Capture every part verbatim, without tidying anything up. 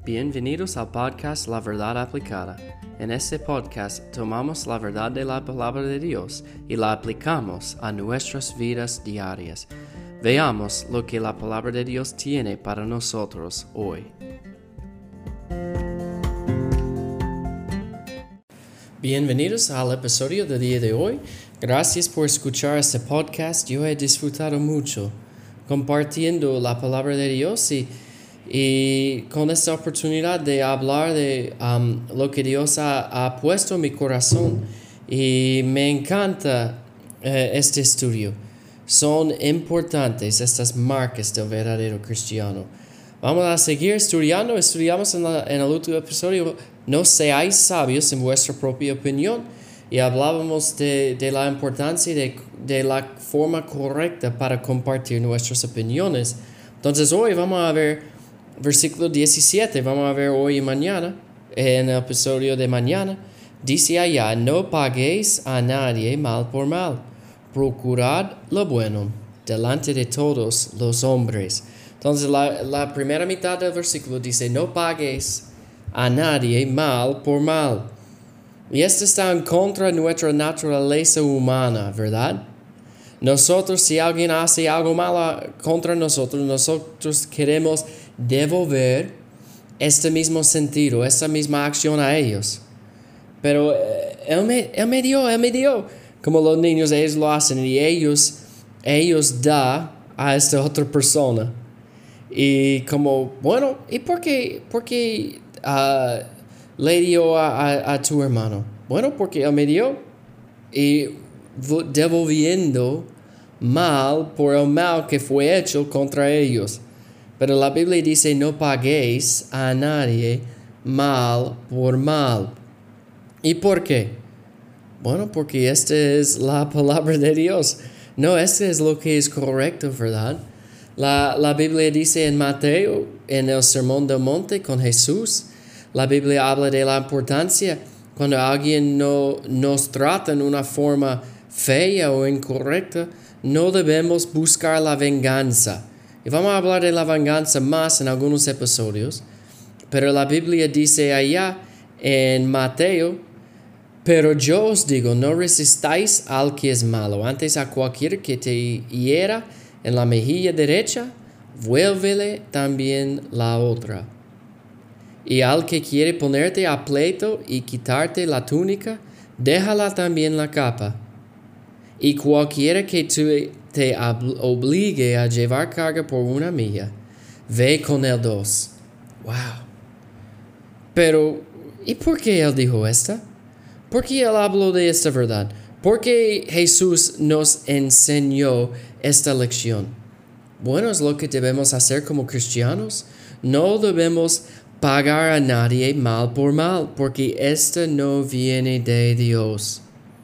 Bienvenidos al podcast La Verdad Aplicada. En este podcast tomamos la verdad de la palabra de Dios y la aplicamos a nuestras vidas diarias. Veamos lo que la palabra de Dios tiene para nosotros hoy. Bienvenidos al episodio del día de hoy. Gracias por escuchar este podcast. Yo he disfrutado mucho compartiendo la palabra de Dios y Y con esta oportunidad de hablar de um, lo que Dios ha, ha puesto en mi corazón, y me encanta eh, este estudio. Son importantes estas marcas del verdadero cristiano. Vamos a seguir estudiando. Estudiamos en, la, en el último episodio, no seáis sabios en vuestra propia opinión. Y hablábamos de, de la importancia de, de la forma correcta para compartir nuestras opiniones. Entonces hoy vamos a ver versículo diecisiete, vamos a ver hoy y mañana, en el episodio de mañana. Dice allá, no paguéis a nadie mal por mal, procurad lo bueno delante de todos los hombres. Entonces la, la primera mitad del versículo dice, no paguéis a nadie mal por mal. Y esto está en contra de nuestra naturaleza humana, ¿verdad? Nosotros, si alguien hace algo malo contra nosotros, nosotros queremos devolver este mismo sentido, esta misma acción a ellos. Pero eh, él, me, él me dio, él me dio. Como los niños, ellos lo hacen y ellos, ellos da a esta otra persona. Y como, bueno, ¿y por qué, por qué uh, le dio a, a, a tu hermano? Bueno, porque él me dio. Y devolviendo mal por el mal que fue hecho contra ellos. Pero la Biblia dice, no paguéis a nadie mal por mal. ¿Y por qué? Bueno, porque esta es la palabra de Dios. No, esto es lo que es correcto, ¿verdad? La, la Biblia dice en Mateo, en el Sermón del Monte con Jesús, la Biblia habla de la importancia cuando alguien no, nos trata en una forma fea o incorrecta, no debemos buscar la venganza. Y vamos a hablar de la venganza más en algunos episodios. Pero la Biblia dice allá en Mateo, pero yo os digo, no resistáis al que es malo. Antes a cualquier que te hiera en la mejilla derecha, vuélvele también la otra. Y al que quiere ponerte a pleito y quitarte la túnica, déjala también la capa. Y cualquiera que te, te obligue a llevar carga por una milla, ve con el dos. Wow. Pero, ¿y por qué él dijo esta? ¿Por qué él habló de esta verdad? ¿Por qué Jesús nos enseñó esta lección? Bueno, es lo que debemos hacer como cristianos. No debemos pagar a nadie mal por mal, porque esto no viene de Dios.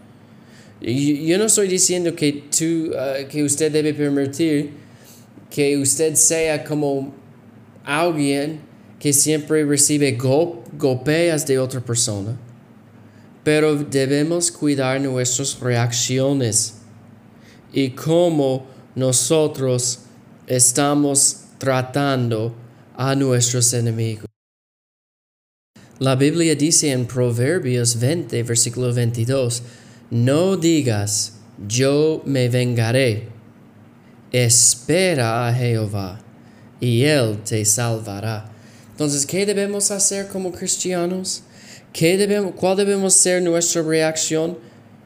Yo no estoy diciendo que, tú, uh, que usted debe permitir que usted sea como alguien que siempre recibe go- golpes de otra persona. Pero debemos cuidar nuestras reacciones y cómo nosotros estamos tratando a nuestros enemigos. La Biblia dice en Proverbios veinte, versículo veintidós, no digas, yo me vengaré. Espera a Jehová, y Él te salvará. Entonces, ¿qué debemos hacer como cristianos? ¿Qué debemos, ¿Cuál debemos ser nuestra reacción?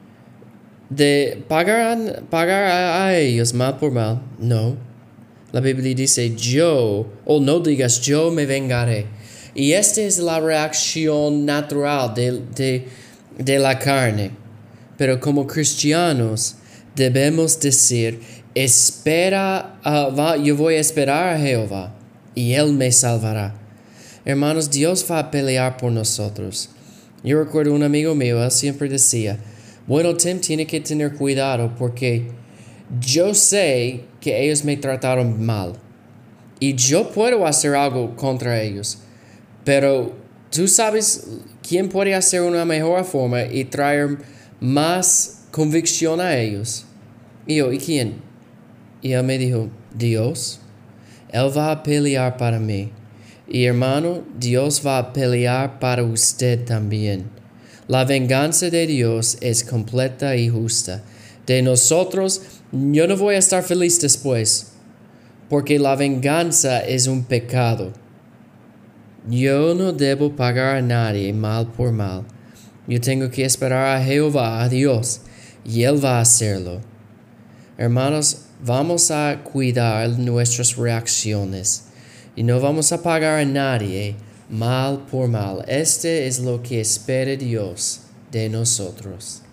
¿De pagar, pagar a, a ellos mal por mal? No. La Biblia dice, yo, o no digas, yo me vengaré. Y esta es la reacción natural de, de, de la carne. Pero como cristianos debemos decir, espera, uh, va, yo voy a esperar a Jehová y Él me salvará. Hermanos, Dios va a pelear por nosotros. Yo recuerdo un amigo mío, él siempre decía, bueno, Tim tiene que tener cuidado porque yo sé que ellos me trataron mal y yo puedo hacer algo contra ellos, pero tú sabes quién puede hacer una mejor forma y traer más convicción a ellos. Y yo, ¿y quién? Y él me dijo, Dios. Él va a pelear para mí. Y hermano, Dios va a pelear para usted también. La venganza de Dios es completa y justa. De nosotros, yo no voy a estar feliz después, porque la venganza es un pecado. Yo no debo pagar a nadie mal por mal. Yo tengo que esperar a Jehová, a Dios, y Él va a hacerlo. Hermanos, vamos a cuidar nuestras reacciones y no vamos a pagar a nadie mal por mal. Este es lo que espera Dios de nosotros.